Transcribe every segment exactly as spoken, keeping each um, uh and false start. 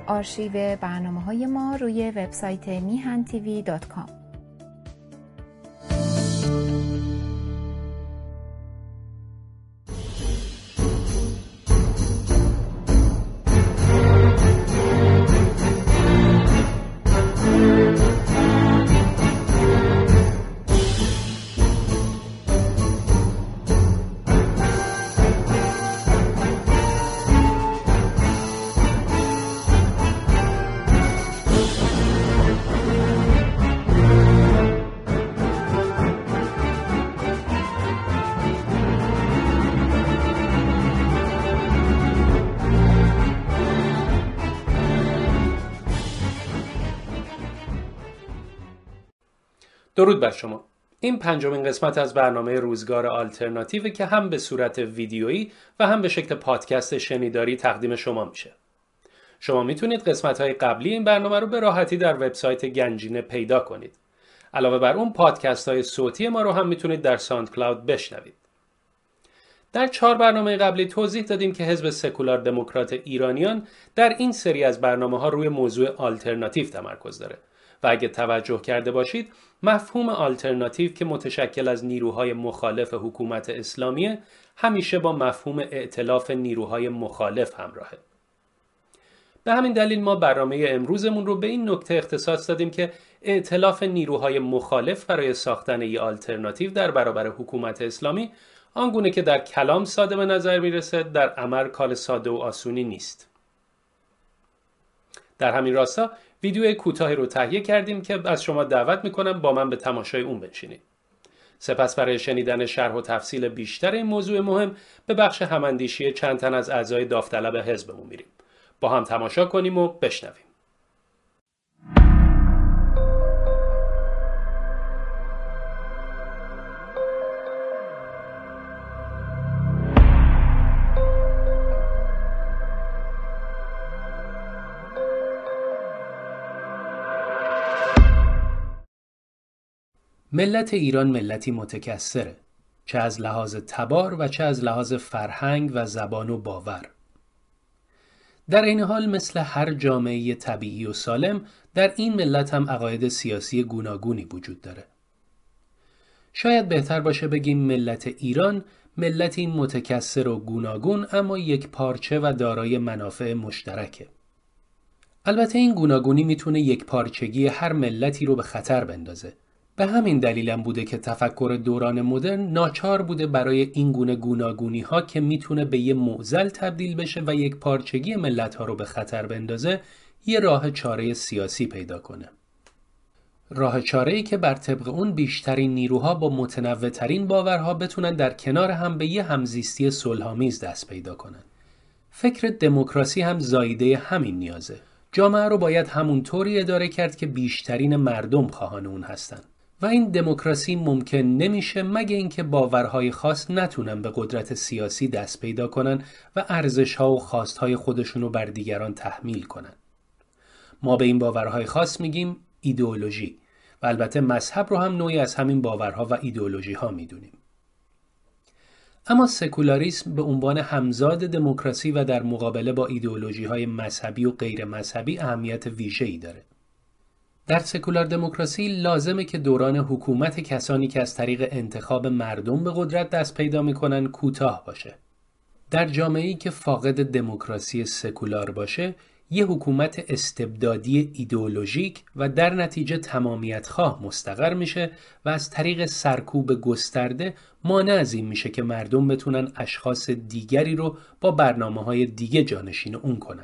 آرشیو برنامه‌های ما روی وبسایت میهن تیوی دات کام. درود بر شما. این پنجمین قسمت از برنامه روزگار آلترناتیو که هم به صورت ویدیویی و هم به شکل پادکست شنیداری تقدیم شما میشه. شما میتونید قسمت‌های قبلی این برنامه رو به راحتی در وبسایت گنجینه پیدا کنید. علاوه بر اون پادکست‌های صوتی ما رو هم میتونید در ساوند کلاود بشنوید. در چهار برنامه قبلی توضیح دادیم که حزب سکولار دموکرات ایرانیان در این سری از برنامه‌ها روی موضوع آلترناتیو تمرکز داره. و اگه توجه کرده باشید مفهوم آلترناتیو که متشکل از نیروهای مخالف حکومت اسلامیه همیشه با مفهوم ائتلاف نیروهای مخالف همراهه. به همین دلیل ما برنامه امروزمون رو به این نکته اختصاص دادیم که ائتلاف نیروهای مخالف برای ساختن ای آلترناتیو در برابر حکومت اسلامی آنگونه که در کلام ساده به نظر میرسه در عمل کار ساده و آسونی نیست. در همین راستا ویدیو کوتاهی رو تهیه کردیم که از شما دعوت میکنم با من به تماشای اون بنشینید. سپس برای شنیدن شرح و تفصیل بیشتر این موضوع مهم به بخش هماندیشی چند تن از اعضای داوطلب حزبمون میریم. با هم تماشا کنیم و بشنویم. ملت ایران ملتی متکثره، چه از لحاظ تبار و چه از لحاظ فرهنگ و زبان و باور. در این حال مثل هر جامعه طبیعی و سالم در این ملت هم عقاید سیاسی گوناگونی وجود داره. شاید بهتر باشه بگیم ملت ایران ملتی متکثر و گوناگون اما یک پارچه و دارای منافع مشترکه. البته این گوناگونی میتونه یک پارچگی هر ملتی رو به خطر بندازه. به همین دلیلم بوده که تفکر دوران مدرن ناچار بوده برای این گونه گوناگونی ها که میتونه به یه معضل تبدیل بشه و یک پارچگی ملت ها رو به خطر بندازه یه راه چاره سیاسی پیدا کنه. راه چاره‌ای که بر طبق اون بیشترین نیروها با متنوع‌ترین باورها بتونن در کنار هم به یه همزیستی صلح‌آمیز دست پیدا کنن. فکر دموکراسی هم زایده همین نیازه. جامعه رو باید همون طوری اداره کرد که بیشترین مردم خواهان اون هستن. و این دموکراسی ممکن نمیشه مگه اینکه باورهای خاص نتونن به قدرت سیاسی دست پیدا کنن و ارزش‌ها و خواستهای خودشون رو بر دیگران تحمیل کنن. ما به این باورهای خاص میگیم ایدئولوژی و البته مذهب رو هم نوعی از همین باورها و ایدئولوژی‌ها میدونیم. اما سکولاریسم به عنوان همزاد دموکراسی و در مقابله با ایدئولوژی‌های مذهبی و غیر مذهبی اهمیت ویژه‌ای داره. در سکولار دموکراسی لازمه که دوران حکومت کسانی که از طریق انتخاب مردم به قدرت دست پیدا می‌کنن کوتاه باشه. در جامعه‌ای که فاقد دموکراسی سکولار باشه، یه حکومت استبدادی ایدئولوژیک و در نتیجه تمامیت خواه مستقر میشه و از طریق سرکوب گسترده مانع از این میشه که مردم بتونن اشخاص دیگری رو با برنامه‌های دیگه جانشین اون کنن.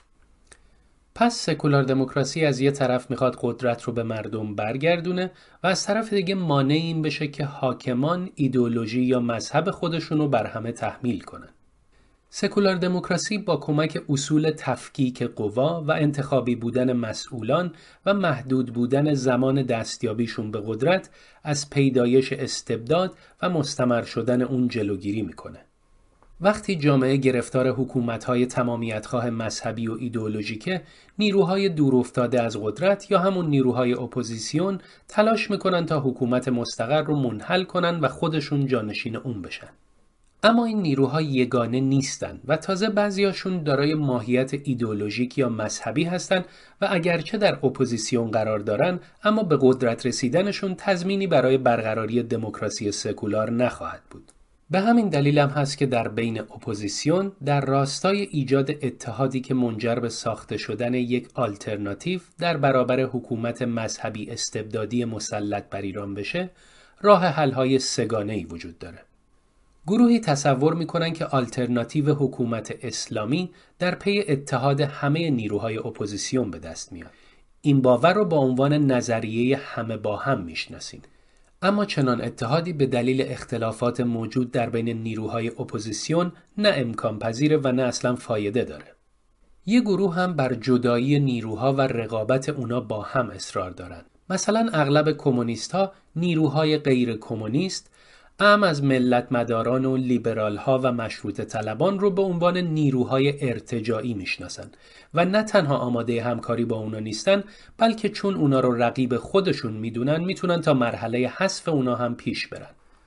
پس سکولار دموکراسی از یه طرف میخواد قدرت رو به مردم برگردونه و از طرف دیگه مانع این بشه که حاکمان ایدئولوژی یا مذهب خودشون رو بر همه تحمیل کنن. سکولار دموکراسی با کمک اصول تفکیک قوا و انتخابی بودن مسئولان و محدود بودن زمان دستیابیشون به قدرت از پیدایش استبداد و مستمر شدن اون جلوگیری میکنه. وقتی جامعه گرفتار حکومت‌های تمامیت‌خواه مذهبی و ایدئولوژیکه، نیروهای دورافتاده از قدرت یا همون نیروهای اپوزیسیون تلاش میکنن تا حکومت مستقر رو منحل کنن و خودشون جانشین اون بشن. اما این نیروها یگانه نیستند و تازه بعضیاشون دارای ماهیت ایدئولوژیک یا مذهبی هستند و اگرچه در اپوزیسیون قرار دارن اما به قدرت رسیدنشون تضمینی برای برقراری دموکراسی سکولار نخواهد بود. به همین دلیل هم هست که در بین اپوزیسیون در راستای ایجاد اتحادی که منجر به ساخته شدن یک آلترناتیو در برابر حکومت مذهبی استبدادی مسلط بر ایران بشه، راه حل‌های سه‌گانه‌ای وجود داره. گروهی تصور می‌کنن که آلترناتیو حکومت اسلامی در پی اتحاد همه نیروهای اپوزیسیون به دست میاد. این باور رو با عنوان نظریه همه با هم میشناسیم. اما چنان اتحادی به دلیل اختلافات موجود در بین نیروهای اپوزیسیون نه امکان پذیره و نه اصلا فایده داره. یه گروه هم بر جدایی نیروها و رقابت اونا با هم اصرار دارن. مثلا اغلب کمونیست‌ها نیروهای غیر کمونیست، اعم از ملت مداران و لیبرال ها و مشروطه طلبان رو به عنوان نیروهای ارتجاعی میشناسن و نه تنها آماده همکاری با اونا نیستن، بلکه چون اونا رو رقیب خودشون میدونن میتونن تا مرحله حذف اونا هم پیش برن.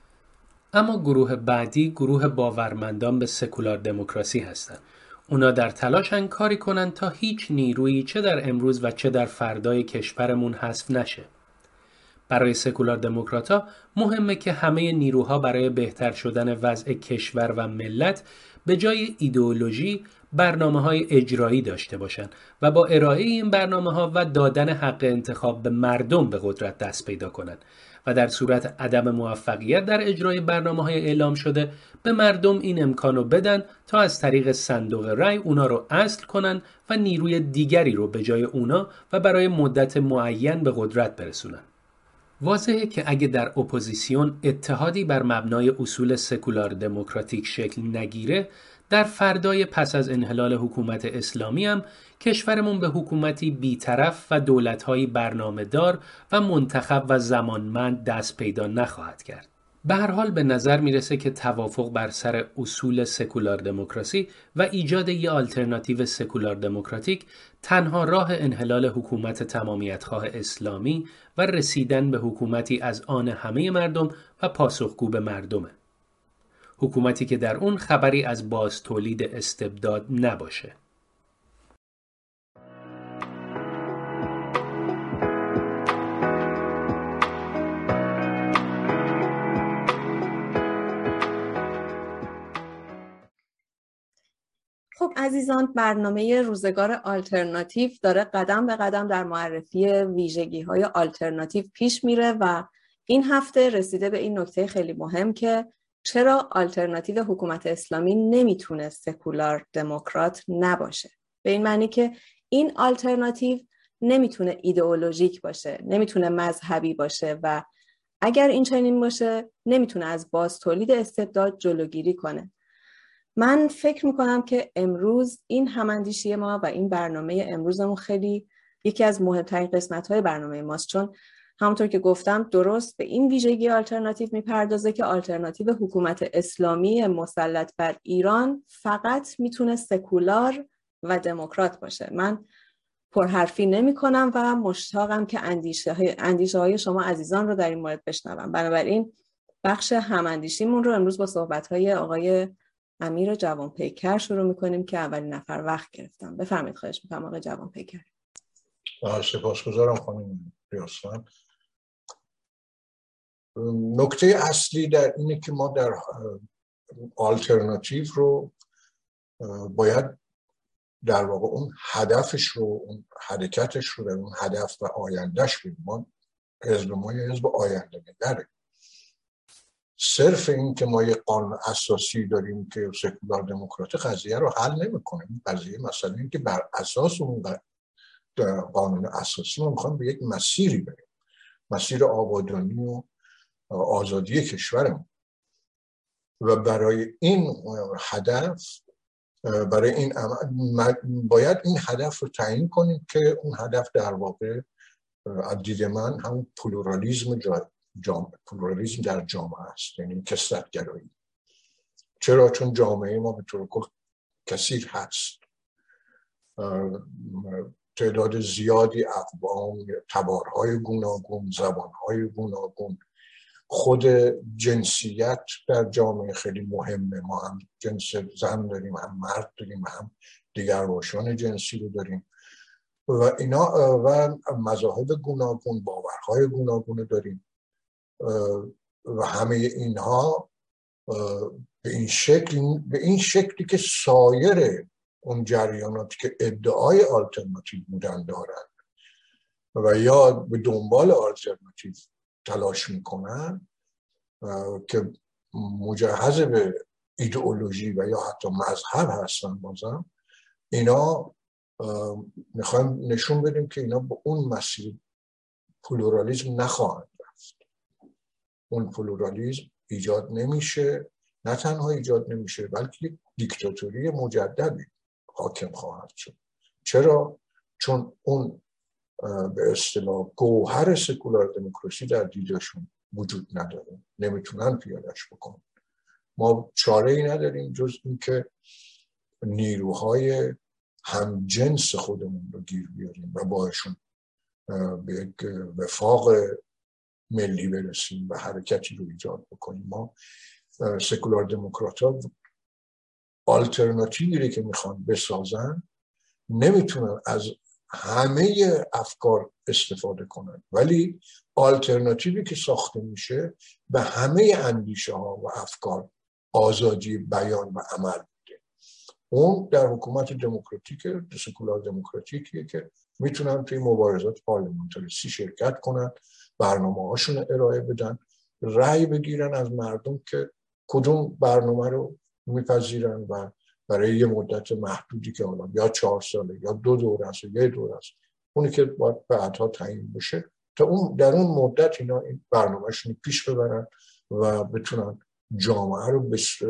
اما گروه بعدی گروه باورمندان به سکولار دموکراسی هستن. اونا در تلاشن کاری کنن تا هیچ نیرویی چه در امروز و چه در فردای کشورمون حذف نشه. برای سکولار دموکرات‌ها مهمه که همه نیروها برای بهتر شدن وضع کشور و ملت به جای ایدئولوژی برنامه‌های اجرایی داشته باشند و با ارائه این برنامه‌ها و دادن حق انتخاب به مردم به قدرت دست پیدا کنند و در صورت عدم موفقیت در اجرای برنامه‌های اعلام شده به مردم این امکانو بدن تا از طریق صندوق رای اونا رو اصل کنن و نیروی دیگری رو به جای اونا و برای مدت معین به قدرت برسونن. واضحه که اگه در اپوزیسیون اتحادی بر مبنای اصول سکولار دموکراتیک شکل نگیره، در فردای پس از انحلال حکومت اسلامی هم کشورمون به حکومتی بی‌طرف و دولت‌های برنامه‌دار و منتخب و زمانمند دست پیدا نخواهد کرد. به هر حال به نظر میرسه که توافق بر سر اصول سکولار دموکراسی و ایجاد یک آلترناتیو سکولار دموکراتیک تنها راه انحلال حکومت تمامیت‌خواه اسلامی و رسیدن به حکومتی از آن همه مردم و پاسخگو به مردمه. حکومتی که در اون خبری از باز تولید استبداد نباشه. خب عزیزان، برنامه روزگار آلترناتیو داره قدم به قدم در معرفی ویژگی‌های آلترناتیو پیش میره و این هفته رسیده به این نکته خیلی مهم که چرا آلترناتیو حکومت اسلامی نمیتونه سکولار دموکرات نباشه. به این معنی که این آلترناتیو نمیتونه ایدئولوژیک باشه، نمیتونه مذهبی باشه و اگر این چنین باشه نمیتونه از باز تولید استبداد جلوگیری کنه. من فکر میکنم که امروز این هماندیشی ما و این برنامه امروزمون خیلی یکی از مهمترین قسمت‌های برنامه ماست، چون همونطور که گفتم درست به این ویژگی آلترناتیو میپردازه که آلترناتیو حکومت اسلامی مسلط بر ایران فقط میتونه سکولار و دموکرات باشه. من پرحرفی نمی کنم و مشتاقم که اندیشه های, اندیشه های شما عزیزان رو در این مورد بشنوم. بنابراین بخش هماندیشیمون رو امروز با صحبت‌های آقای امیر جوانپیکر شروع میکنیم که اولین نفر وقت گرفتم. بفرمایید. خواهش میکنم آقای جوانپیکر. سپاسگزارم خانم ریاستان. نکته اصلی در اینه که ما در آلترناتیو رو باید در واقع اون هدفش رو، اون حرکتش رو در اون هدف و آیندهش بیم. ما حزب ما یه حزب آینده نگره. صرف این که ما یه قانون اساسی داریم که سکولار دموکراتی قضیه رو حل نمی‌کنه. قضیه مثلا این که بر اساس اون قانون اساسی ما می‌خوایم به یک مسیری بریم، مسیر آبادانی و آزادی کشورمون، و برای این هدف برای این باید این هدف رو تعیین کنیم که اون هدف در واقع از دید من همون پلورالیسم جامعه پلورالیسم در جامعه است، یعنی کثرت‌گرایی. چرا؟ چون جامعه ما به طور کل کثیر هست، تعداد زیادی اقوام، تبارهای گوناگون، زبانهای گوناگون خود جنسیت در جامعه خیلی مهمه. ما هم جنس زن داریم، هم مرد داریم، هم دیگر روشان جنسی رو داریم و اینا و مذاهب گوناگون، باورهای گوناگون داریم و همه اینها به این شکل به این شکلی که سایر اون جریاناتی که ادعای آلترناتیو بودن دارن و یا به دنبال آلترناتیو تلاش میکنن که مجهز به ایدئولوژی و یا حتی مذهب هستن، بازم اینا میخوایم نشون بدیم که اینا به اون مسیر پلورالیسم نخواهند رفت. اون پلورالیسم ایجاد نمیشه، نه تنها ایجاد نمیشه بلکه دیکتاتوری مجددی حاکم خواهد شد. چرا؟ چون اون به اصطلاح گوهر سکولار دموکراسی در دیدشون وجود نداره، نمیتونن پیاده‌اش بکنن. ما چاره ای نداریم جز این که نیروهای همجنس خودمون رو گیر بیاریم و باشون به یک وفاق ملی برسیم و حرکتی رو ایجاد بکنیم. ما سکولار دموکرات ها آلترناتیوی که میخوان بسازن نمیتونن از همه افکار استفاده کنن، ولی آلترناتیوی که ساخته میشه به همه اندیشه ها و افکار آزادی بیان و عمل میده. اون در حکومت دموکراتیک سکولار دموکراتیکیه که میتونن توی مبارزات پارلمانتاریستی شرکت کنن، برنامه هاشون ارائه بدن، رأی بگیرن از مردم که کدوم برنامه رو میپذیرن و برای یه مدت محدودی که حالا یا چهار ساله یا دو دوره است یا یه دوره است، اونی که باید بعدها تعیین بشه، تا اون در اون مدت اینا این برنامه‌شون پیش ببرن و بتونن جامعه رو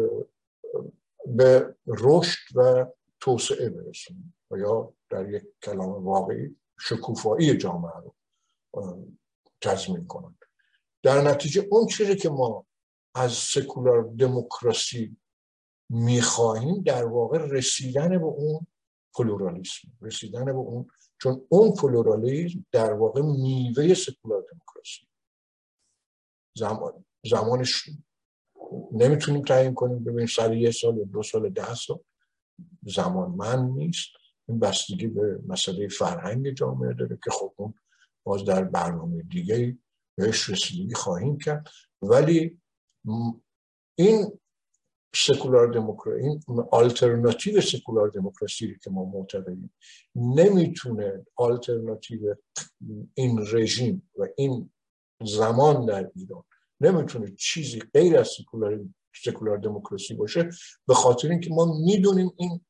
به رشد و توسعه برسونن و یا در یک کلام واقعی شکوفایی جامعه رو تضمین کنن. در نتیجه اون چیزی که ما از سکولار دموکراسی میخواهیم در واقع رسیدن به اون پلورالیسم، رسیدن به اون، چون اون پلورالیسم در واقع میوه سکولار دموکراسی. زمان زمانش نمیتونیم تعیین کنیم، ببینیم سر یه سال دو سال ده سال، زمان من نیست. این بستگی به مسئله فرهنگ جامعه داره که خب اون باز در برنامه دیگه بهش رسیدگی خواهیم کرد. ولی این سکولار دموکراسی، این آلترناتیو سکولار دموکراسی که ما معتقدیم، نمیتونه آلترناتیو این رژیم و این زمان در ایران نمیتونه چیزی غیر از سکولار سکولار دموکراسی باشه، به خاطر اینکه ما میدونیم این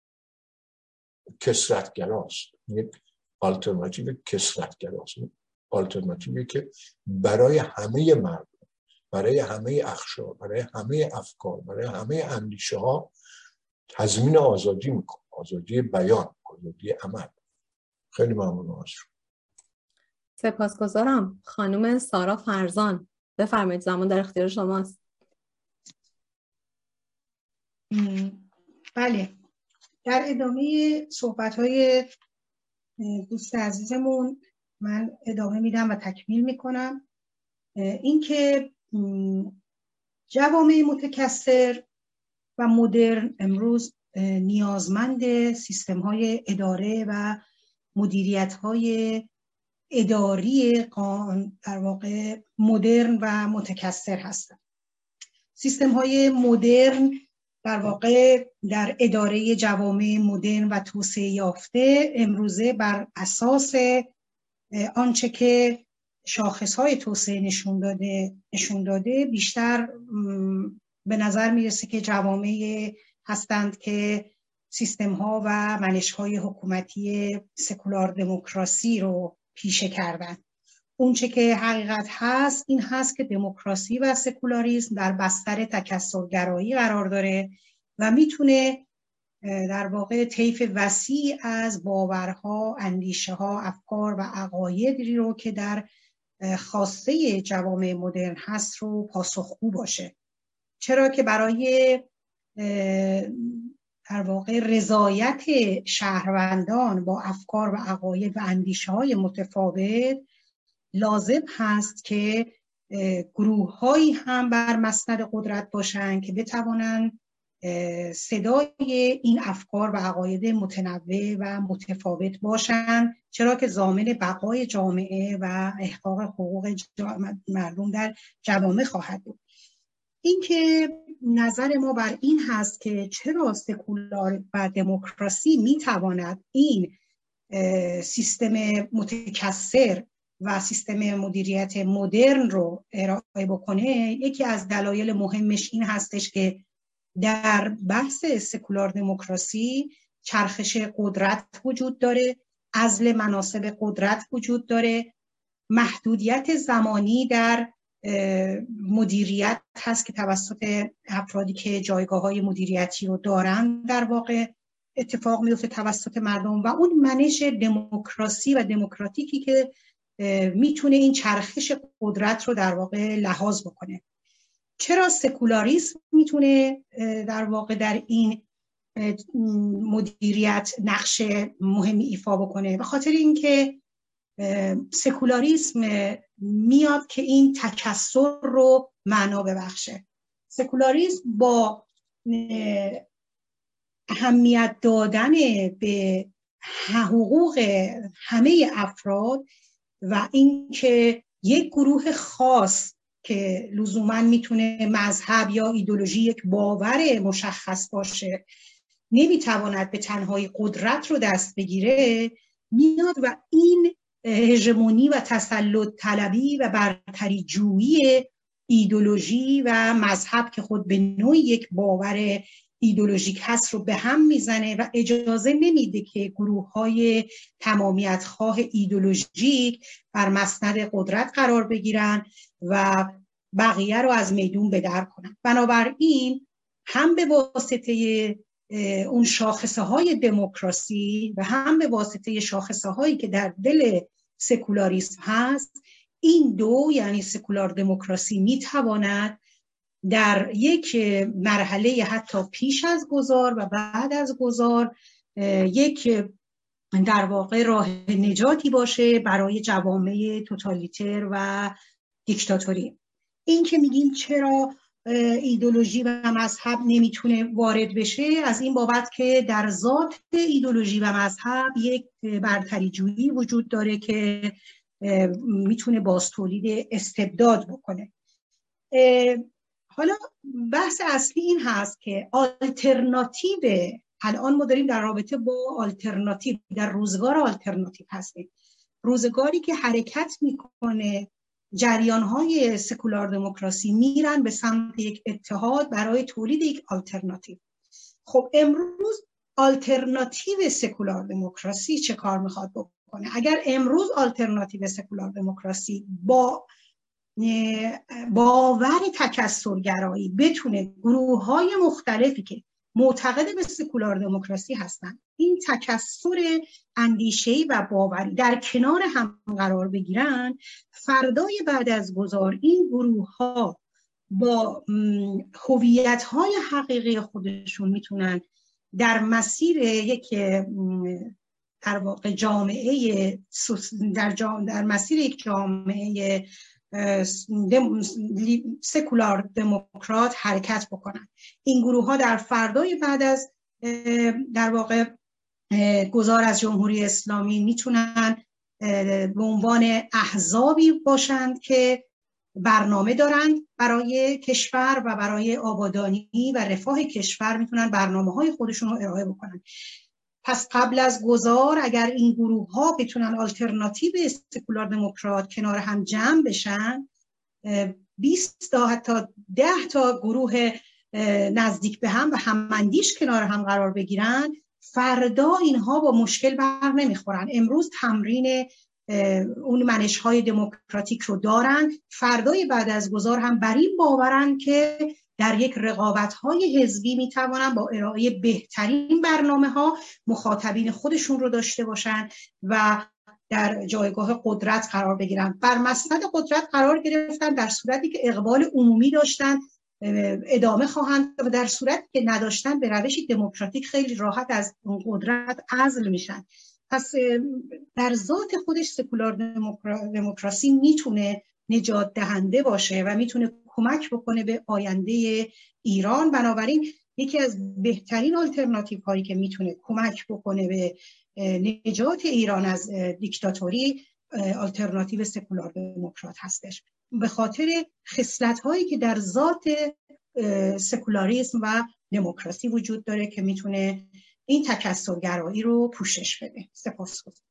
کثرت‌گراست، یک آلترناتیو کثرت‌گراست، آلترناتیوی که برای همه مردم، برای همه اقشار، برای همه افکار، برای همه اندیشه ها تضمین آزادی میکنه، آزادی بیان، آزادی عمل. خیلی ممنون از شما. سپاسگزارم. خانم سارا فرزان، بفرمایید، زمان در اختیار شماست. بله، در ادامه صحبت‌های دوست عزیزمون من ادامه میدم و تکمیل میکنم. این که جوامع متکثر و مدرن امروز نیازمند سیستم‌های اداره و مدیریت‌های اداری در واقع مدرن و متکثر هستند. سیستم‌های مدرن در واقع در اداره جوامع مدرن و توسعه یافته امروزه بر اساس آنچه که شاخص‌های توسعه نشون داده نشون داده بیشتر به نظر میرسه که جوامع هستند که سیستم‌ها و منش‌های حکومتی سکولار دموکراسی رو پیشه کردن. اون چه که حقیقت هست این هست که دموکراسی و سکولاریسم در بستر تکثرگرایی قرار داره و میتونه در واقع طیف وسیع از باورها، اندیشه‌ها، افکار و عقایدی رو که در خواسته جوامع مدرن هست رو پاسخگو باشه. چرا که برای در واقع رضایت شهروندان با افکار و عقاید و اندیشه‌های متفاوت لازم هست که گروه هایی هم بر مسند قدرت باشن که بتوانن صدای این افکار و عقاید متنوع و متفاوت باشن، چرا که ضامن بقای جامعه و احقاق حقوق مردم در جوامع خواهد بود. این که نظر ما بر این هست که چرا سکولار و دموکراسی میتواند این سیستم متکثر و سیستم مدیریت مدرن رو ارائه بکنه، یکی از دلایل مهمش این هستش که در بحث سکولار دموکراسی چرخش قدرت وجود داره، عزل مناصب قدرت وجود داره، محدودیت زمانی در مدیریت هست که توسط افرادی که جایگاه‌های مدیریتی رو دارن در واقع اتفاق میفته توسط مردم، و اون منش دموکراسی و دموکراتیکی که میتونه این چرخش قدرت رو در واقع لحاظ بکنه. چرا سکولاریسم میتونه در واقع در این مدیریت نقش مهمی ایفا بکنه؟ به خاطر اینکه سکولاریسم میاد که این تکثر رو معنا ببخشه. سکولاریسم با اهمیت دادن به حقوق همه افراد و اینکه یک گروه خاص که لزوماً میتونه مذهب یا ایدئولوژی یک باور مشخص باشه نمیتواند به تنهایی قدرت رو دست بگیره، میاد و این هژمونی و تسلط طلبی و برتری جویی ایدئولوژی و مذهب که خود به نوعی یک باور ایدئولوژیک هست رو به هم میزنه و اجازه نمیده که گروه‌های تمامیت خواه ایدئولوژیک بر مسند قدرت قرار بگیرن و بقیه رو از میدون به در کنن. بنابراین هم به واسطه اون شاخصه های دموکراسی و هم به واسطه شاخصه هایی که در دل سکولاریسم هست، این دو یعنی سکولار دموکراسی میتواند در یک مرحله حتی پیش از گذار و بعد از گذار یک در واقع راه نجاتی باشه برای جوامع توتالیتر و دیکتاتوری. این که میگیم چرا ایدئولوژی و مذهب نمیتونه وارد بشه، از این بابت که در ذات ایدئولوژی و مذهب یک برتری جویی وجود داره که میتونه باز تولید استبداد بکنه. حالا بحث اصلی این هست که آلترناتیو، الان ما داریم در رابطه با آلترناتیو، در روزگار آلترناتیو هستیم، روزگاری که حرکت میکنه جریان‌های سکولار دموکراسی میرن به سمت یک اتحاد برای تولید یک آلترناتیو. خب امروز آلترناتیو سکولار دموکراسی چه کار میخواد بکنه؟ اگر امروز آلترناتیو سکولار دموکراسی با باور تکثرگرایی بتونه گروه‌های مختلفی که معتقد به سکولار دموکراسی هستن این تکثر اندیشه‌ای و باوری در کنار هم قرار بگیرن، فردای بعد از گذار این گروه‌ها با هویت‌های حقیقی خودشون میتونن در مسیر یک در واقع جامعه در, جام در مسیر یک جامعه دم... سکولار دموکرات حرکت بکنن. این گروه ها در فردای بعد از در واقع گذار از جمهوری اسلامی میتونن به عنوان احزابی باشند که برنامه دارند برای کشور و برای آبادانی و رفاه کشور، میتونن برنامه های خودشون رو ارائه بکنن. پس قبل از گذار اگر این گروه ها بتونن آلترناتیو سکولار دموکرات کنار هم جمع بشن، بیست تا حتی ده تا گروه نزدیک به هم و هماندیش کنار هم قرار بگیرن، فردا اینها با مشکل بر نمیخورن. امروز تمرین اون منش های دموکراتیک رو دارن، فردای بعد از گذار هم بر این باورن که در یک رقابت‌های حزبی میتوانن با ارائه بهترین برنامه‌ها مخاطبین خودشون رو داشته باشن و در جایگاه قدرت قرار بگیرن. بر مسند قدرت قرار گرفتن در صورتی که اقبال عمومی داشتن ادامه خواهند و در صورتی که نداشتن به روش دموکراتیک خیلی راحت از اون قدرت عزل میشن. پس در ذات خودش سکولار دموکراسی میتونه نجات دهنده باشه و میتونه کمک بکنه به آینده ایران. بنابراین یکی از بهترین آلترناتیو هایی که میتونه کمک بکنه به نجات ایران از دیکتاتوری آلترناتیو سکولار دموکرات هستش، به خاطر خصلت هایی که در ذات سکولاریسم و دموکراسی وجود داره که میتونه این تکثرگرایی رو پوشش بده. سپاسگزارم.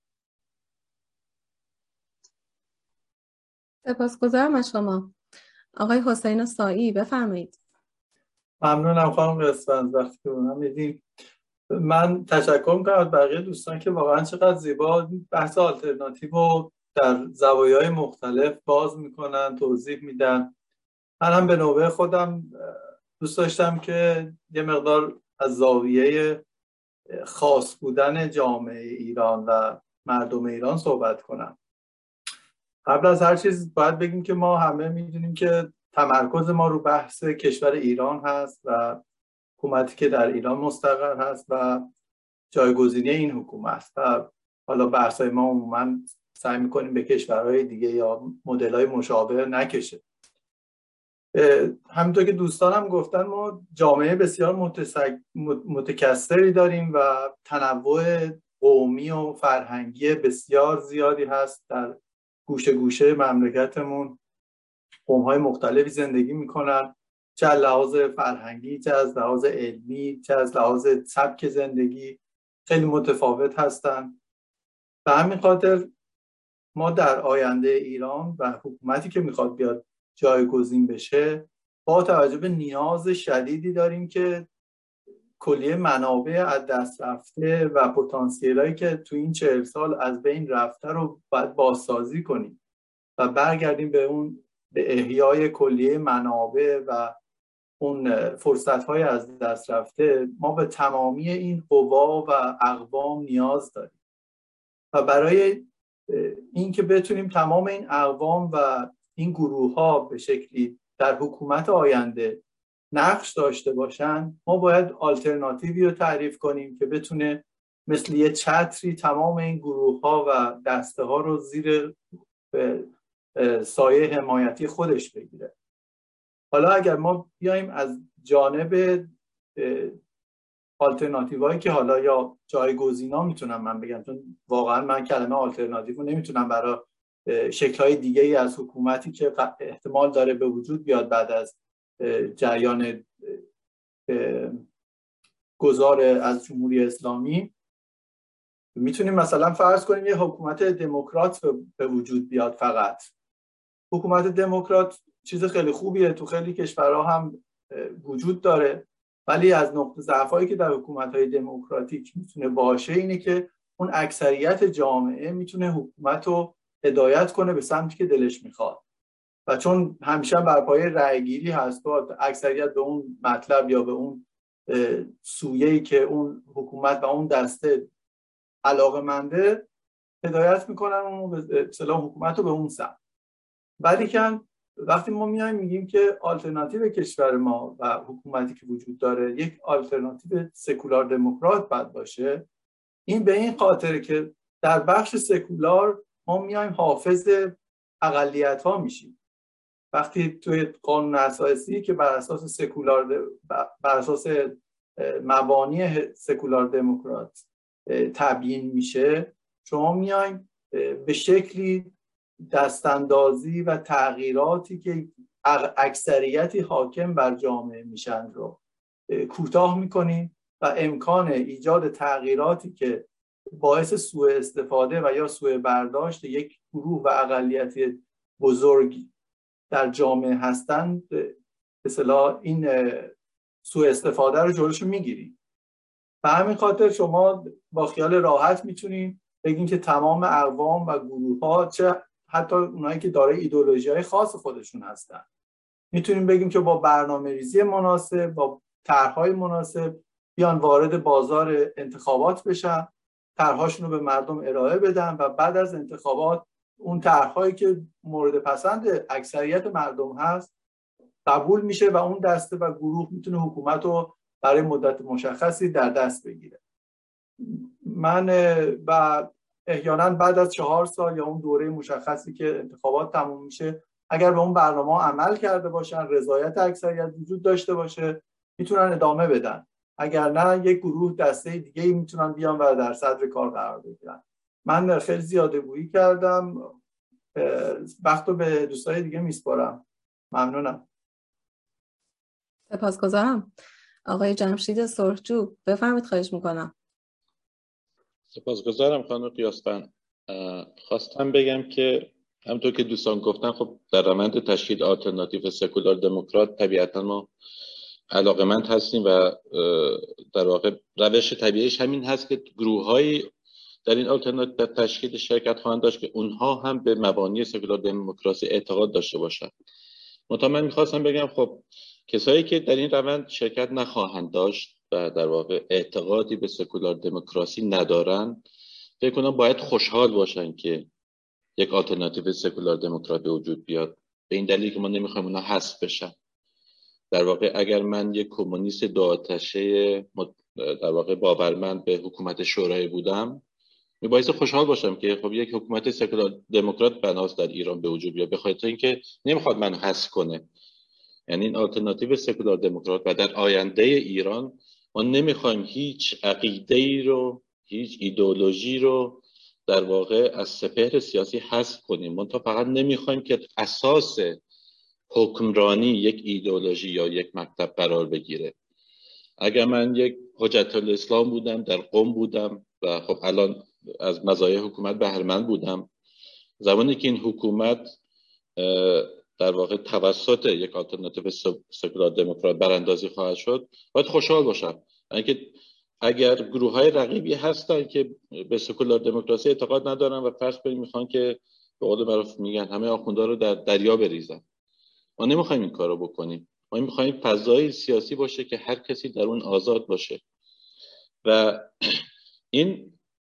سپاسگزارم از شما. آقای حسین سایی بفرمایید. ممنونم خانم اسفند وقتی که من میدیم. من تشکر میکنم از بقیه دوستان که واقعا چقدر زیبا بحث آلترناتیو رو در زوایای مختلف باز میکنن، توضیح میدن. من هم به نوبه خودم دوست داشتم که یه مقدار از زاویه خاص بودن جامعه ایران و مردم ایران صحبت کنم. قبل از هر چیز باید بگیم که ما همه میدونیم که تمرکز ما رو بحث کشور ایران هست و حکومتی که در ایران مستقر هست و جایگزینی این حکومت و حالا بحثای ما عموما سعی میکنیم به کشورهای دیگه یا مدل‌های مشابه نکشه. همینطور که دوستانم گفتن ما جامعه بسیار متکثری داریم و تنوع قومی و فرهنگی بسیار زیادی هست. در گوشه گوشه مملکتمون قوم‌های مختلفی زندگی میکنن، چه از لحاظ فرهنگی، چه از لحاظ علمی، چه از لحاظ سبک زندگی خیلی متفاوت هستن. به همین خاطر ما در آینده ایران و حکومتی که میخواد بیاد جایگزین بشه با توجه به نیاز شدیدی داریم که کلیه منابع از دست رفته و پتانسیلایی که تو این چهل سال از بین رفته رو باید بازسازی کنیم و برگردیم به اون به احیای کلیه منابع و اون فرصت‌های از دست رفته. ما به تمامی این قوا و اقوام نیاز داریم و برای اینکه بتونیم تمام این اقوام و این گروه‌ها به شکلی در حکومت آینده نقش داشته باشن، ما باید آلترناتیوی رو تعریف کنیم که بتونه مثل یه چتری تمام این گروه‌ها و دسته‌ها رو زیر سایه حمایتی خودش بگیره. حالا اگر ما بیایم از جانب آلترناتیوهایی که حالا یا جایگزینا میتونم من بگم، چون واقعا من کلمه آلترناتیو نمیتونم برای شکل‌های دیگه‌ای از حکومتی که احتمال داره به وجود بیاد بعد از جریان گذار از جمهوری اسلامی، میتونیم مثلا فرض کنیم یه حکومت دموکرات به وجود بیاد. فقط حکومت دموکرات چیز خیلی خوبیه، تو خیلی کشورها هم وجود داره، ولی از نقطه ضعفایی که در حکومت‌های دموکراتیک میتونه باشه اینه که اون اکثریت جامعه میتونه حکومت رو هدایت کنه به سمتی که دلش میخواد و چون همیشه بر پایه رأی‌گیری هست و اکثریت به اون مطلب یا به اون سویه‌ای که اون حکومت و اون دسته علاقه‌منده هدایت میکنن اون به اصطلاح حکومت رو به اون سمت. ولی که وقتی ما میایم میگیم که آلترناتیو کشور ما و حکومتی که وجود داره یک آلترناتیو سکولار دموکرات باید باشه، این به این خاطره که در بخش سکولار ما میایم حافظ اقلیت‌ها میشیم. وقتی توی قانون اساسی که بر اساس سکولار بر اساس مبانی سکولار دموکرات تبیین میشه، شما میایم به شکلی دستاندازی و تغییراتی که اکثریتی حاکم بر جامعه میشن رو کوتاه میکنیم و امکان ایجاد تغییراتی که باعث سوء استفاده و یا سوء برداشت یک گروه و اقلیتی بزرگی در جامعه هستند به اصطلاح این سوء استفاده رو جلوش میگیریم. به همین خاطر شما با خیال راحت میتونید بگین که تمام اقوام و گروه ها، چه حتی اونایی که دارای ایدئولوژی‌های خاص خودشون هستن، میتونیم بگیم که با برنامه‌ریزی مناسب، با طرح‌های مناسب بیان وارد بازار انتخابات بشن، طرح‌هاشون رو به مردم ارائه بدن و بعد از انتخابات اون طرح‌هایی که مورد پسند اکثریت مردم هست قبول میشه و اون دسته و گروه میتونه حکومت رو برای مدت مشخصی در دست بگیره. من و احیانا بعد از چهار سال یا اون دوره مشخصی که انتخابات تموم میشه، اگر به اون برنامه عمل کرده باشن، رضایت اکثریت وجود داشته باشه، میتونن ادامه بدن. اگر نه یک گروه دسته دیگه ای میتونن بیان و در صدر کار قرار بگیرن. من خیلی زیاده گویی کردم، وقت رو به دوستای دیگه میسپارم. ممنونم. سپاسگزارم. آقای جمشید سرخجو بفرمایید، خواهش میکنم. سپاسگزارم خانم قیاسفند. خواستم بگم که همونطور که دوستان گفتن، خب در روند تشکیل آلترناتیو سکولار دموکرات طبیعتا ما علاقمند هستیم و در واقع روش طبیعیش همین هست که گروه‌هایی در این آلترناتیو تشکیل شرکت خواهند داشت که اونها هم به مبانی سکولار دموکراسی اعتقاد داشته باشند. منتها من میخواستم بگم خب کسایی که در این روند شرکت نخواهند داشت و در واقع اعتقادی به سکولار دموکراسی ندارن، فکر کنم باید خوشحال باشن که یک آلترناتیو سکولار دموکرات به وجود بیاد، به این دلیل که ما نمیخوایم اونا حذف بشن. در واقع اگر من یک کمونیست دو آتشه در واقع باورمند به حکومت شورایی بودم، میبایسته خوشحال باشم که خب یک حکومت سکولار دموکرات بناست در ایران به وجود بیاد، به خاطر اینکه نمیخواد منو حذف کنه. یعنی این آلترناتیو سکولار دموکرات و در آینده ایران ما نمیخوایم هیچ عقیده‌ای رو، هیچ ایدئولوژی رو در واقع از سپهر سیاسی حذف کنیم. ما تا فقط نمیخوایم که اساس حکمرانی یک ایدئولوژی یا یک مکتب قرار بگیره. اگر من یک حجت الاسلام بودم، در قم بودم و خب الان از مزایای حکومت بهره‌مند بودم، زمانی که این حکومت در واقع توسط یک آلترناتیو سکولار دموکرات براندازی خواهد شد، باید خوشحال باشم. اینکه اگر گروه‌های رقیبی هستن که به سکولار دموکراسی اعتقاد ندارن و فرض کنیم میخوان که به قول معروف میگن همه آخوندا رو در دریا بریزن، ما نمیخوایم این کارو بکنیم. ما میخوایم فضای سیاسی باشه که هر کسی در اون آزاد باشه و این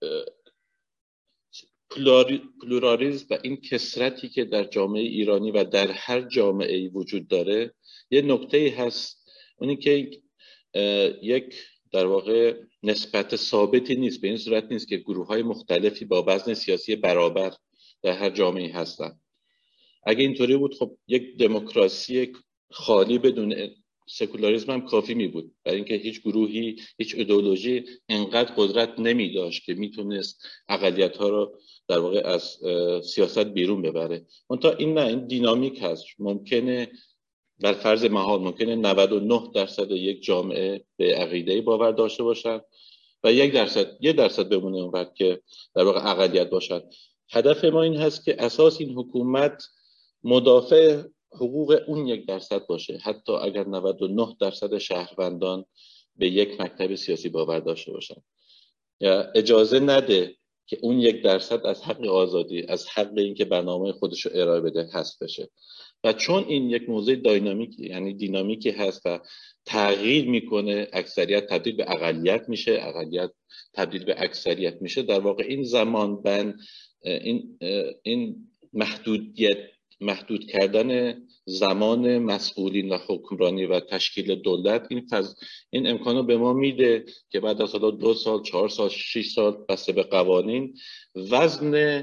پلورالیسم و این کثرتی که در جامعه ایرانی و در هر جامعه‌ای وجود داره یه نکته‌ای هست، اونی که یک در واقع نسبت ثابتی نیست، به این صورت نیست که گروه‌های مختلفی با وزن سیاسی برابر در هر جامعه‌ای هستن. اگه اینطوری بود خب یک دموکراسی خالی بدون سکولاریسم هم کافی می بود، برای اینکه هیچ گروهی، هیچ ایدئولوژی اینقدر قدرت نمی داشت که میتونست اقلیت‌ها رو در واقع از سیاست بیرون ببره. منتها این نه، این دینامیک هست. ممکنه بر فرض محال ممکنه نود و نه درصد یک جامعه به عقیده‌ای باور داشته باشن و یک درصد یک درصد بمونه اونور که در واقع اقلیت باشن. هدف ما این هست که اساس این حکومت مدافع حقوق اون یک درصد باشه، حتی اگر نود و نه درصد شهروندان به یک مکتب سیاسی باور داشته باشن. یا اجازه نده که اون یک درصد از حق آزادی، از حق اینکه برنامه خودش رو ارائه بده حذف بشه. و چون این یک موضوع دینامیکی یعنی دینامیکی هست و تغییر میکنه، اکثریت تبدیل به اقلیت میشه، اقلیت تبدیل به اکثریت میشه، در واقع این زمان بند، این این محدودیت محدود کردن زمان مسئولین و حکمرانی و تشکیل دولت، این فز... این امکانو به ما میده که بعد از حالا دو سال، چهار سال، شش سال بسته به قوانین وزن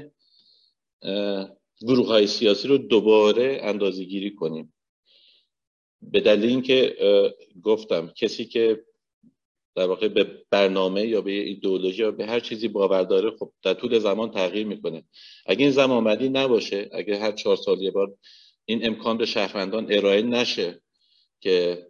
گروه‌های سیاسی رو دوباره اندازه‌گیری کنیم. به دلیل اینکه گفتم کسی که در واقع به برنامه یا به ایدئولوژی یا به هر چیزی باور داره خب در طول زمان تغییر میکنه. اگه این زمانبندی نباشه، اگه هر چهار سال یه بار این امکان به شهروندان ارائه نشه که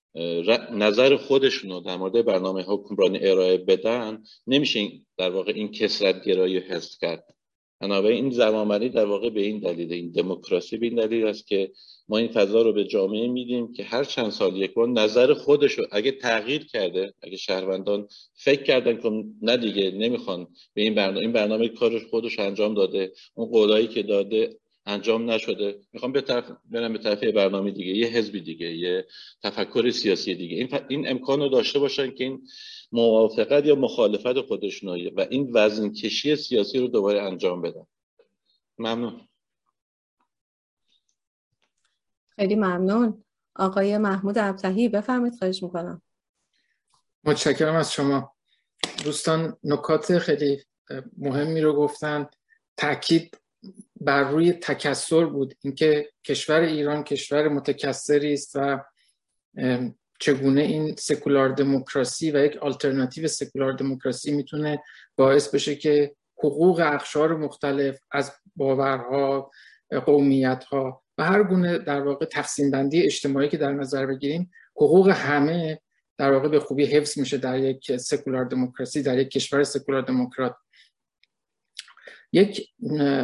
نظر خودشون رو در مورد برنامه حکمرانی ارائه بدن، نمیشه در واقع این کثرت گرایی حفظ کرد. بنابراین این زمانبندی در واقع به این دلیل، این دموکراسی به این دلیل است که ما این فضا رو به جامعه میدیم که هر چند سال یک بار نظر خودش رو اگه تغییر کرده، اگه شهروندان فکر کردن که نه دیگه نمیخوان به این برنامه این برنامه کارش خودش انجام داده، اون قولایی که داده انجام نشده، میخوام به طرف برم به طرف برنامه دیگه، یه حزب دیگه، یه تفکر سیاسی دیگه، این ف... این امکان رو داشته باشن که این موافقت یا مخالفت خودشون و این وزن کشی سیاسی رو دوباره انجام بدن. ممنون. خیلی ممنون. آقای محمود ابطحی بفرمایید، خواهش میکنم. متشکرم از شما. دوستان نکات خیلی مهمی رو گفتن. تاکید بر روی تکثر بود، اینکه کشور ایران کشور متکثری است و چگونه این سکولار دموکراسی و یک آلترناتیو سکولار دموکراسی میتونه باعث بشه که حقوق اقشار مختلف از باورها، قومیت‌ها و هر گونه در واقع تقسیم بندی اجتماعی که در نظر بگیریم، حقوق همه در واقع به خوبی حفظ میشه در یک سکولار دموکراسی، در یک کشور سکولار دموکرات. یک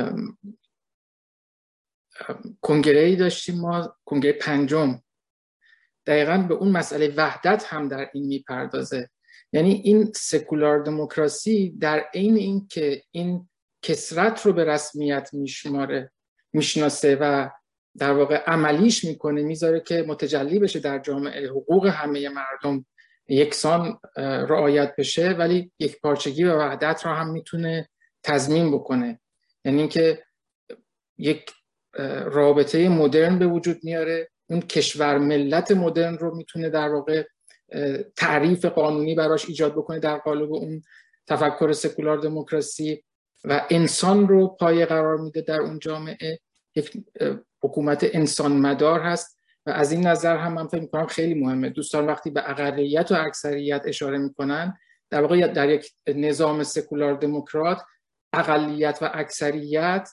کنگره‌ای داشتیم ما، کنگره پنجم، دقیقاً به اون مسئله وحدت هم در این میپردازه. یعنی این سکولار دموکراسی در عین این که این کثرت رو به رسمیت میشماره، میشناسه و در واقع عملیش میکنه، میذاره که متجلی بشه در جامعه، حقوق همه مردم یکسان رعایت بشه، ولی یک پارچگی و وحدت رو هم میتونه تضمین بکنه. یعنی اینکه یک رابطه مدرن به وجود میاره، اون کشور ملت مدرن رو میتونه در واقع تعریف قانونی براش ایجاد بکنه در قالب اون تفکر سکولار دموکراسی و انسان رو پایه قرار میده در اون جامعه. یک حکومت انسان مدار هست و از این نظر هم من فکر می‌کنم خیلی مهمه. دوستان وقتی به اقلیت و اکثریت اشاره میکنن، در واقع در یک نظام سکولار دموکرات اقلیت و اکثریت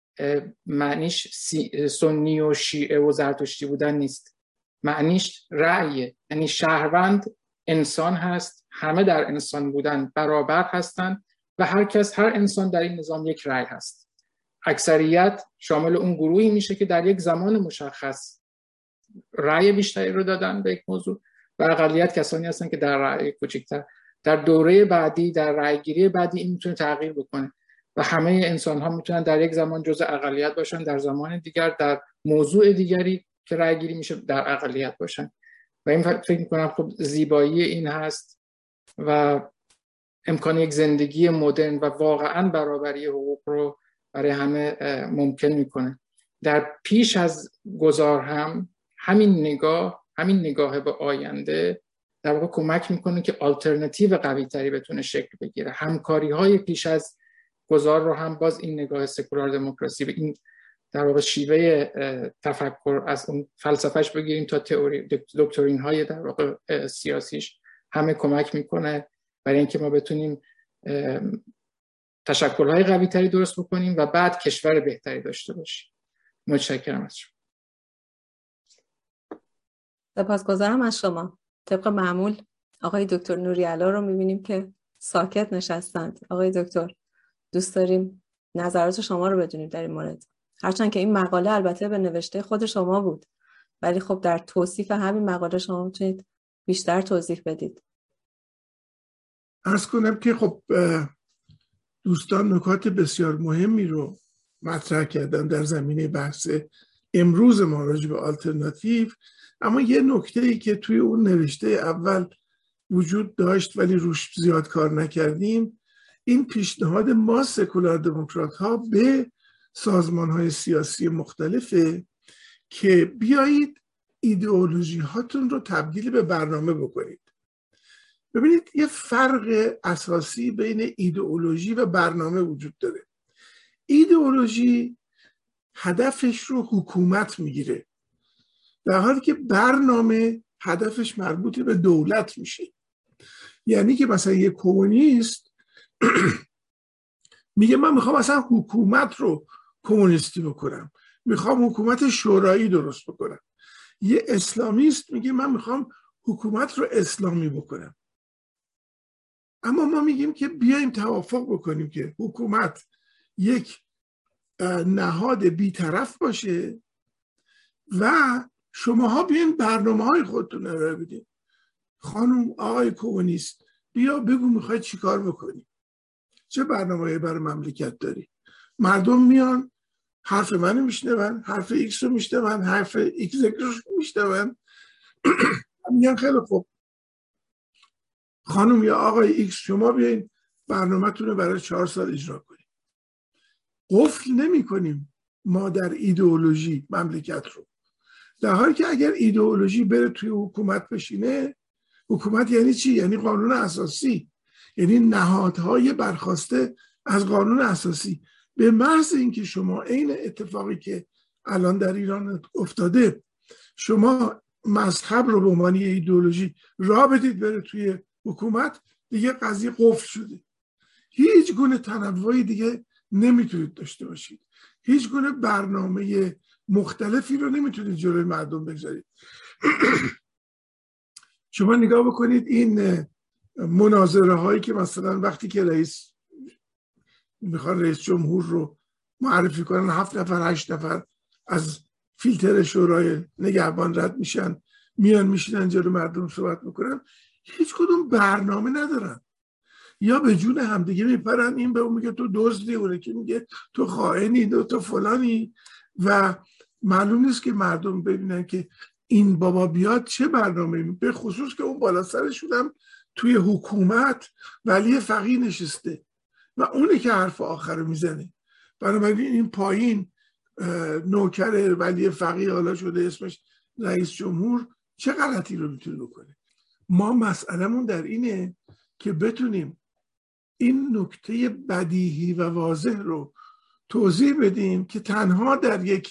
معنیش سنی و شیعه و زرتشتی بودن نیست، معنیش رأیه. یعنی شهروند انسان هست، همه در انسان بودن برابر هستن و هر کس، هر انسان در این نظام یک رأی هست. اکثریت شامل اون گروهی میشه که در یک زمان مشخص رأی بیشتری رو دادن به یک موضوع و اقلیت کسانی هستن که در رأی کوچکتر. در دوره بعدی، در رأیگیری بعدی این میتونه تغییر بکنه و همه انسان ها میتونن در یک زمان جزء اقلیت باشن، در زمان دیگر در موضوع دیگری که رأی گیری میشه در اقلیت باشن. و این فکر میکنم خب زیبایی این هست و امکان یک زندگی مدرن و واقعا برابری حقوق رو برای همه ممکن میکنه. در پیش از گذار هم همین نگاه، همین نگاه به آینده در واقع کمک میکنه که آلترناتیو قوی تری بتونه شکل بگیره. همکاری های پیش از گذار رو هم باز این نگاه سکولار دموکراسی به این در واقع شیوه تفکر از اون فلسفهش بگیریم تا تئوری دکترین های در واقع سیاسیش، همه کمک میکنه برای اینکه ما بتونیم تشکل‌های قوی تری درست بکنیم و بعد کشور بهتری داشته باشیم. متشکرم از شما. سپاسگزارم از شما. طبق معمول آقای دکتر نوری‌علا رو می‌بینیم که ساکت نشستند. آقای دکتر، دوست داریم نظرات شما رو بدونیم در این مورد. هرچند که این مقاله البته به نوشته خود شما بود، ولی خب در توصیف همین مقاله شما میتونید بیشتر توضیح بدید. عرض کنم که خب دوستان نکات بسیار مهمی رو مطرح کردن در زمینه بحث امروز ما راجع به آلترناتیو، اما یه نکته‌ای که توی اون نوشته اول وجود داشت ولی روش زیاد کار نکردیم، این پیشنهاد ما سکولار دموکرات ها به سازمان های سیاسی مختلفه که بیایید ایدئولوژی هاتون رو تبدیل به برنامه بکنید. ببینید یه فرق اساسی بین ایدئولوژی و برنامه وجود داره. ایدئولوژی هدفش رو حکومت میگیره، در حالی که برنامه هدفش مربوط به دولت میشه. یعنی که مثلا یه کمونیست میگه من میخوام مثلا حکومت رو کمونیستی بکنم، میخوام حکومت شورایی درست بکنم. یه اسلامیست میگه من میخوام حکومت رو اسلامی بکنم. اما ما میگیم که بیایم توافق بکنیم که حکومت یک نهاد بی‌طرف باشه و شماها بیاین برنامه های خودتون ارائه بدین. خانم آقای کمونیست بیا بگو میخوای چی کار بکنی، چه برنامه‌ای برای مملکت داری؟ مردم میان حرف منو میشنون، حرف ایکس رو میشنون، حرف ایکس رو میشنون، میگن خیلی خوب خانم یا آقای ایکس شما بیاین برنامه‌تون رو برای چهار سال اجرا کنید. قفل نمی کنیم ما در ایدئولوژی مملکت رو، در حالی که اگر ایدئولوژی بره توی حکومت بشینه، حکومت یعنی چی؟ یعنی قانون اساسی، یعنی نهادهای برخواسته از قانون اساسی، به محض اینکه شما عین اتفاقی که الان در ایران افتاده شما مذهب رو به عنوان یه ایدئولوژی راه بدید بره توی حکومت، دیگه قضیه قفل شده. هیچ گونه تنوعی دیگه نمیتونید داشته باشید، هیچ گونه برنامه مختلفی رو نمیتونید جلوی مردم بگذارید. شما نگاه بکنید این مناظره هایی که مثلا وقتی که رئیس میخوان رئیس جمهور رو معرفی کنن، هفت نفر هشت نفر از فیلتر شورای نگهبان رد میشن میان میشینن جلو مردم صحبت میکنن، هیچ کدوم برنامه ندارن، یا به جون همدیگه میپرن، این به اون میگه تو دزدی، اون که میگه تو خائنی، تو فلانی، و معلوم نیست که مردم ببینن که این بابا بیاد چه برنامه، به خصوص که اون بالا سرشون هم توی حکومت ولی فقیه نشسته و اونی که حرف آخر رو میزنه. بنابراین این پایین نوکر ولی فقیه حالا شده اسمش رئیس جمهور، چه غلطی رو میتونه بکنه؟ ما مسئلهمون در اینه که بتونیم این نکته بدیهی و واضح رو توضیح بدیم که تنها در یک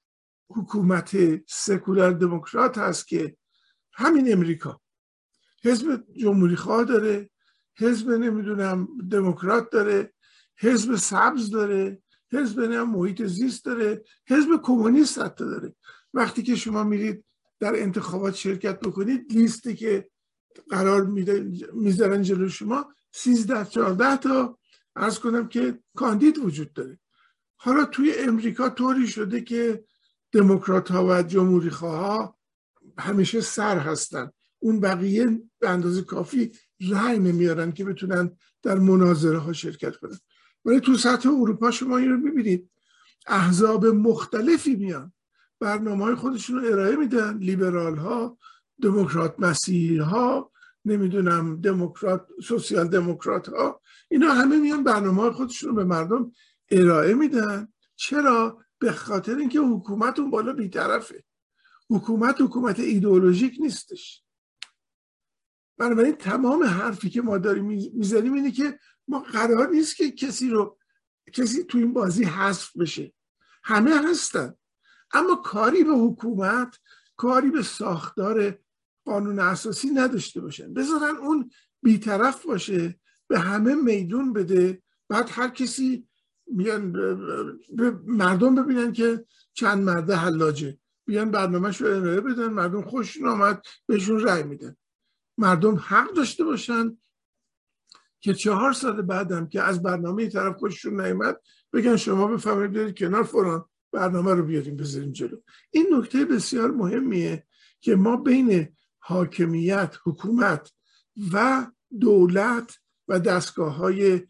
حکومت سکولار دموکرات هست که همین امریکا حزب جمهوری خواه داره، حزب نمیدونم دموکرات داره، حزب سبز داره، حزب نمیدونم محیط زیست داره، حزب کمونیست حتی داره. وقتی که شما میرید در انتخابات شرکت بکنید، لیستی که قرار میذارن جلو شما سیزده چهارده تا عرض کنم که کاندید وجود داره. حالا توی امریکا طوری شده که دموکرات ها و جمهوری خواه ها همیشه سر هستن، اون بقیه به اندازه کافی رأی نمیارن که بتونن در مناظره ها شرکت کنن. ولی تو سطح اروپا شما این رو میبینید، احزاب مختلفی میان برنامه های خودشون رو ارائه میدن، لیبرال ها، دموکرات مسیحی ها، نمیدونم دموکرات سوسیال دموکرات ها، اینا همه میان برنامه های خودشون رو به مردم ارائه میدن. چرا؟ به خاطر اینکه حکومت اون بالا بی‌طرفه، حکومت حکومت ایدئولوژیک نیستش. بنابراین تمام حرفی که ما داریم میزنیم اینه که ما قرار نیست که کسی رو کسی تو این بازی حذف بشه، همه هستن، اما کاری به حکومت، کاری به ساختار قانون اساسی نداشته باشن، بذارن اون بی‌طرف باشه، به همه میدون بده، بعد هر کسی بیان مردم ببینن که چند مرده حلاجه، بیان برنامه‌شو ارائه بدن، مردم خوششون آمد بهشون رأی میدن. مردم حق داشته باشن که چهار سال بعدم که از برنامه طرف خوششون نیامد بگن شما بفرمایید برید کنار، فلان برنامه رو بیاریم بذاریم جلو. این نکته بسیار مهمیه که ما بین حاکمیت، حکومت و دولت و دستگاه‌های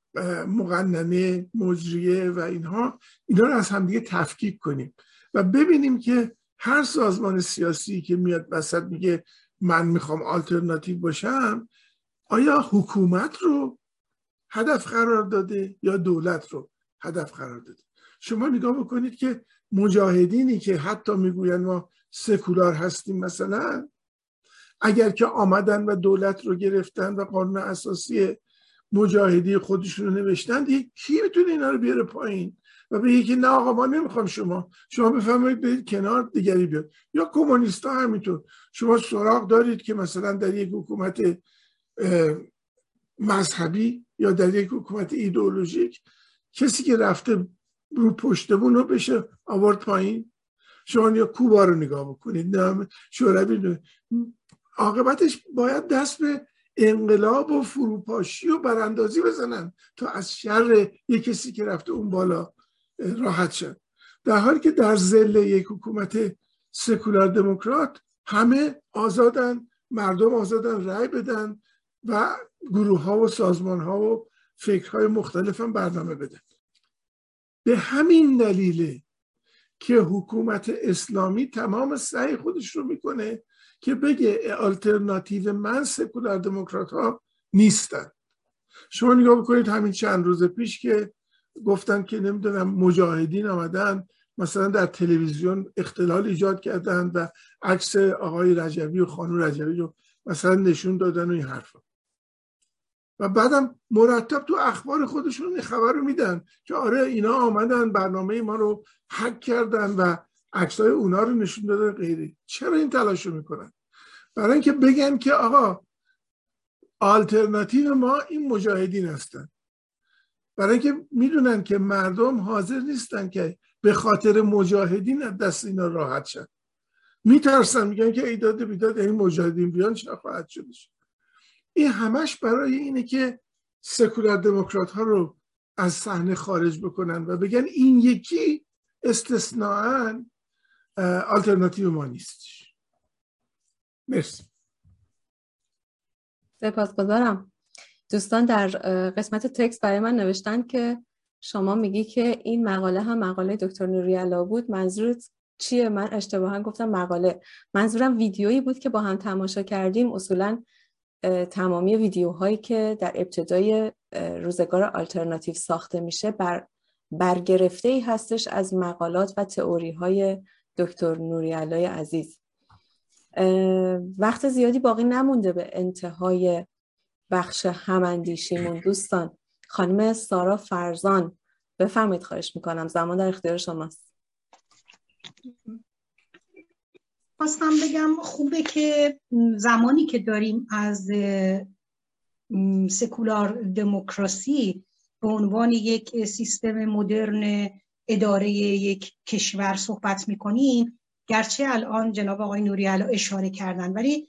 مقننه، مجریه و اینها اینا رو از همدیگه تفکیک کنیم و ببینیم که هر سازمان سیاسی که میاد وسط میگه من میخوام آلترناتیو باشم، آیا حکومت رو هدف قرار داده یا دولت رو هدف قرار داده؟ شما نگاه بکنید که مجاهدینی که حتی میگوین ما سکولار هستیم مثلا، اگر که آمدن و دولت رو گرفتن و قانون اساسی مجاهدی خودشون رو نوشتن، دیگه کی میتونه اینا رو بیاره پایین و بگه که نه آقا ما نمیخوام شما شما بفرمایید برید کنار، دیگری بیاد. یا کمونیستا همینطور، شما سراغ دارید که مثلا در یک حکومت مذهبی یا در یک حکومت ایدئولوژیک کسی که رفته رو پشتمون رو بشه آورد پایین. شما یا کوبا رو نگاه بکنید، نه شوروی، عاقبتش باید دست به انقلاب و فروپاشی و براندازی بزنن تا از شر یک کسی که رفته اون بالا راحت شد، در حالی که در ظل یک حکومت سکولار دموکرات همه آزادن، مردم آزادن رأی بدن و گروه ها و سازمان ها و فکرهای مختلف هم برنامه بدن. به همین دلیله که حکومت اسلامی تمام سعی خودش رو میکنه که بگه آلترناتیو من سکولار دموکرات ها نیستن. شما نگاه بکنید همین چند روز پیش که گفتن که نمیدونم مجاهدین آمدن مثلا در تلویزیون اختلال ایجاد کردن و عکس آقای رجوی و خانم رجوی رو مثلا نشون دادن و این حرفا. و بعدم مرتب تو اخبار خودشون این خبر رو میدن که آره اینا آمدن برنامه ما رو هک کردن و عکسای اونا رو نشون دادن غیره. چرا این تلاش رو میکنن؟ برای اینکه بگن که آقا آلترناتیو ما این مجاهدین هستن، برای اینکه میدونن که مردم حاضر نیستن که به خاطر مجاهدین از دست اینا راحت شن، میترسن، میگن که ایداد بیداد این مجاهدین بیان چه خواهد شدش. این همش برای اینه که سکولار دموکرات ها رو از صحنه خارج بکنن و بگن این یکی استثناءً آلترناتیو ما نیستش. مرسی. سپاسگزارم. دوستان در قسمت تکست برای من نوشتن که شما میگی که این مقاله هم مقاله دکتر نوری‌علا بود، منظورت چیه؟ من اشتباها گفتم مقاله، منظورم ویدیویی بود که با هم تماشا کردیم. اصولاً تمامی ویدیوهایی که در ابتدای روزگار آلترناتیو ساخته میشه بر برگرفته ای هستش از مقالات و تئوری های دکتر نوری‌علا عزیز. وقت زیادی باقی نمونده به انتهای بخش هماندیشیمون. دوستان، خانم سارا فرزان بفرمایید، خواهش میکنم، زمان در اختیار شماست. خواستم بگم خوبه که زمانی که داریم از سکولار دموکراسی به عنوان یک سیستم مدرن اداره یک کشور صحبت میکنیم، گرچه الان جناب آقای نوری‌علا اشاره کردن، ولی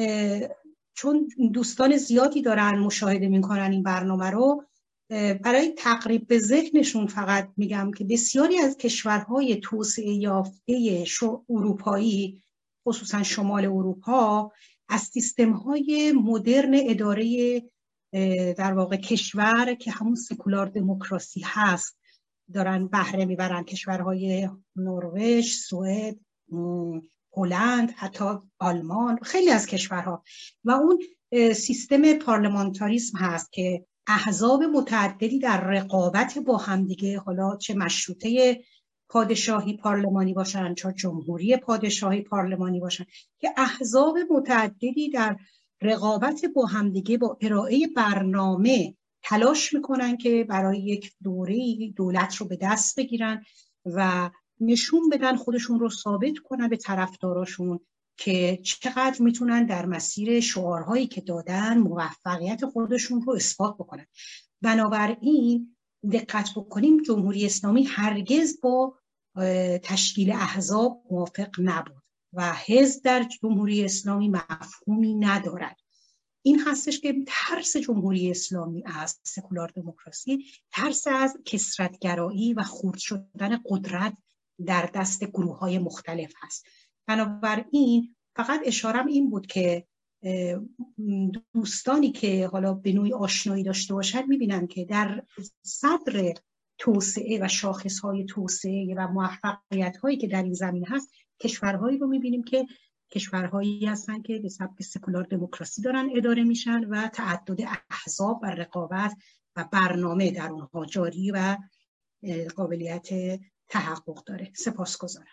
چون دوستان زیادی دارن مشاهده میکنن این برنامه رو، برای تقریب به ذهنشون فقط میگم که بسیاری از کشورهای توسعه یافته اروپایی، خصوصا شمال اروپا، از سیستم‌های مدرن اداره در واقع کشور که همون سکولار دموکراسی هست دارن بهره میبرن. کشورهای نروژ، سوئد، هلند، حتی آلمان، خیلی از کشورها. و اون سیستم پارلمانتاریسم هست که احزاب متعددی در رقابت با همدیگه، حالا چه مشروطه پادشاهی پارلمانی باشن چه جمهوری پادشاهی پارلمانی باشن، که احزاب متعددی در رقابت با همدیگه با ارائه برنامه تلاش میکنن که برای یک دوره دولت رو به دست بگیرن و نشون بدن، خودشون رو ثابت کنن به طرفداراشون که چقدر میتونن در مسیر شعارهایی که دادن موفقیت خودشون رو اثبات بکنن. بنابراین دقت بکنیم جمهوری اسلامی هرگز با تشکیل احزاب موافق نبود و حزب در جمهوری اسلامی مفهومی ندارد. این هستش که ترس جمهوری اسلامی از سکولار دموکراسی، ترس از کثرت‌گرایی و خرد شدن قدرت در دست گروه‌های مختلف هست. بنابراین فقط اشارم این بود که دوستانی که حالا به نوعی آشنایی داشته باشند می‌بینن که در صدر توسعه و شاخص‌های توسعه و موفقیت‌هایی که در این زمینه هست، کشورهایی رو می‌بینیم که کشورهایی هستن که به سبک سکولار دموکراسی دارن اداره میشن و تعدد احزاب و رقابت و برنامه در اونها جاری و قابلیت تحقق داره. سپاسگزارم.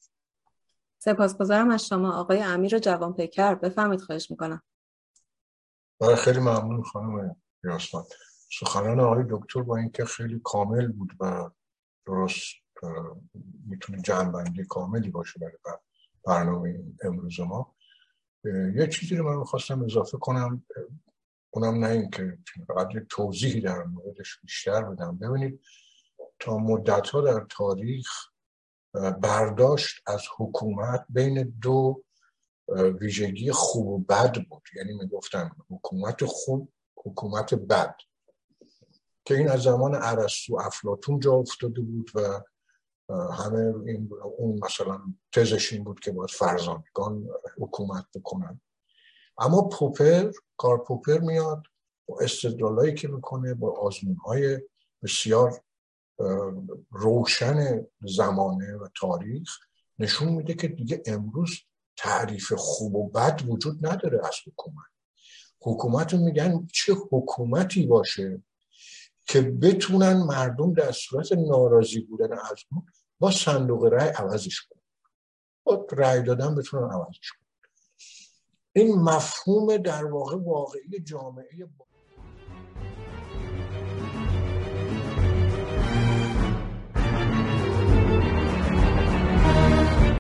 سپاسگزارم از شما. آقای امیر جوانپیکر بفرمایید، خواهش میکنم. برای خیلی ممنون خانم یاسمن. سخنان آقای دکتر با اینکه خیلی کامل بود و درست میتونه جمع‌بندی کاملی باشه برای برنامه امروز ما، یه چیزی رو من میخواستم اضافه کنم، اونم نه این که فقط یک توضیحی در موردش بیشتر بدم. ببینید تا مدت‌ها در تاریخ برداشت از حکومت بین دو ویژگی خوب و بد بود، یعنی میگفتن حکومت خوب، حکومت بد، که این از زمان ارسطو افلاطون جا افتاده بود و همه این اون مثلا تزش این بود که باید فرزانگان حکومت بکنن. اما پوپر، کار پوپر میاد با استدلالایی که میکنه، با آزمونهای بسیار روشن زمانه و تاریخ نشون میده که دیگه امروز تعریف خوب و بد وجود نداره از حکومت. حکومت رو میگن چه حکومتی باشه که بتونن مردم در صورت ناراضی بودن از اون با صندوق رای عوضش کنن، با رای دادن بتونن عوضش کنن. این مفهوم در واقع واقعی جامعه